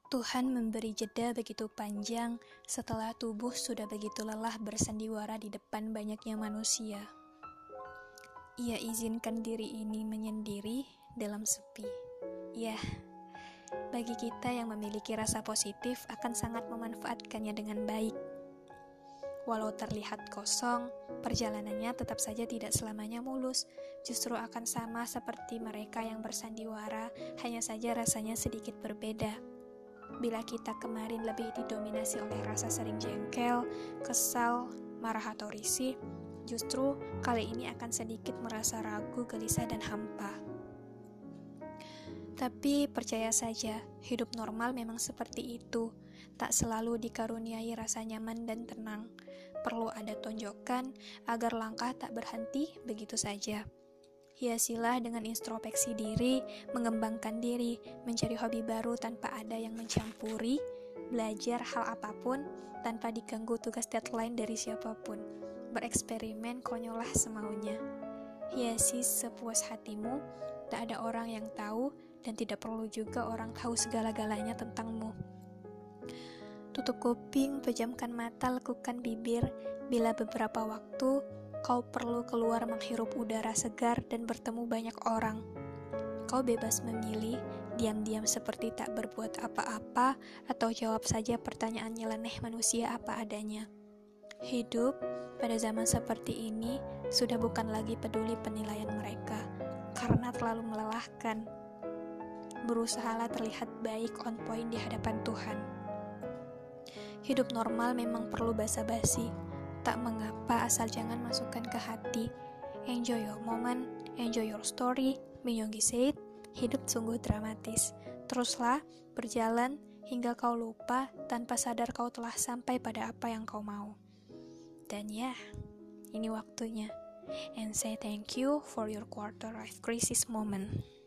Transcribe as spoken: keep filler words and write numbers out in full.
Tuhan memberi jeda begitu panjang setelah tubuh sudah begitu lelah bersandiwara di depan banyaknya manusia. Ia izinkan diri ini menyendiri dalam sepi. Ya, bagi kita yang memiliki rasa positif akan sangat memanfaatkannya dengan baik. Walau terlihat kosong, perjalanannya tetap saja tidak selamanya mulus. Justru akan sama seperti mereka yang bersandiwara, hanya saja rasanya sedikit berbeda. Bila kita kemarin lebih didominasi oleh rasa sering jengkel, kesal, marah atau risih, justru kali ini akan sedikit merasa ragu, gelisah, dan hampa. Tapi percaya saja, hidup normal memang seperti itu. Tak selalu dikaruniai rasa nyaman dan tenang. Perlu ada tonjokan agar langkah tak berhenti begitu saja. Hiasilah dengan introspeksi diri, mengembangkan diri, mencari hobi baru tanpa ada yang mencampuri, belajar hal apapun tanpa diganggu tugas deadline dari siapapun, bereksperimen konyolah semaunya. Hiasi sepuas hatimu, tak ada orang yang tahu dan tidak perlu juga orang tahu segala-galanya tentangmu. Tutup kuping, pejamkan mata, lekukan bibir, bila beberapa waktu kau perlu keluar menghirup udara segar dan bertemu banyak orang. Kau bebas memilih, diam-diam seperti tak berbuat apa-apa, atau jawab saja pertanyaan nyeleneh manusia apa adanya. Hidup pada zaman seperti ini sudah bukan lagi peduli penilaian mereka, karena terlalu melelahkan. Berusahalah terlihat baik on point di hadapan Tuhan. Hidup normal memang perlu basa-basi. Tak mengapa asal jangan masukkan ke hati. Enjoy your moment, enjoy your story. Minyogi said, hidup sungguh dramatis. Teruslah berjalan hingga kau lupa tanpa sadar kau telah sampai pada apa yang kau mau. Dan ya, ini waktunya. And say thank you for your quarter life crisis moment.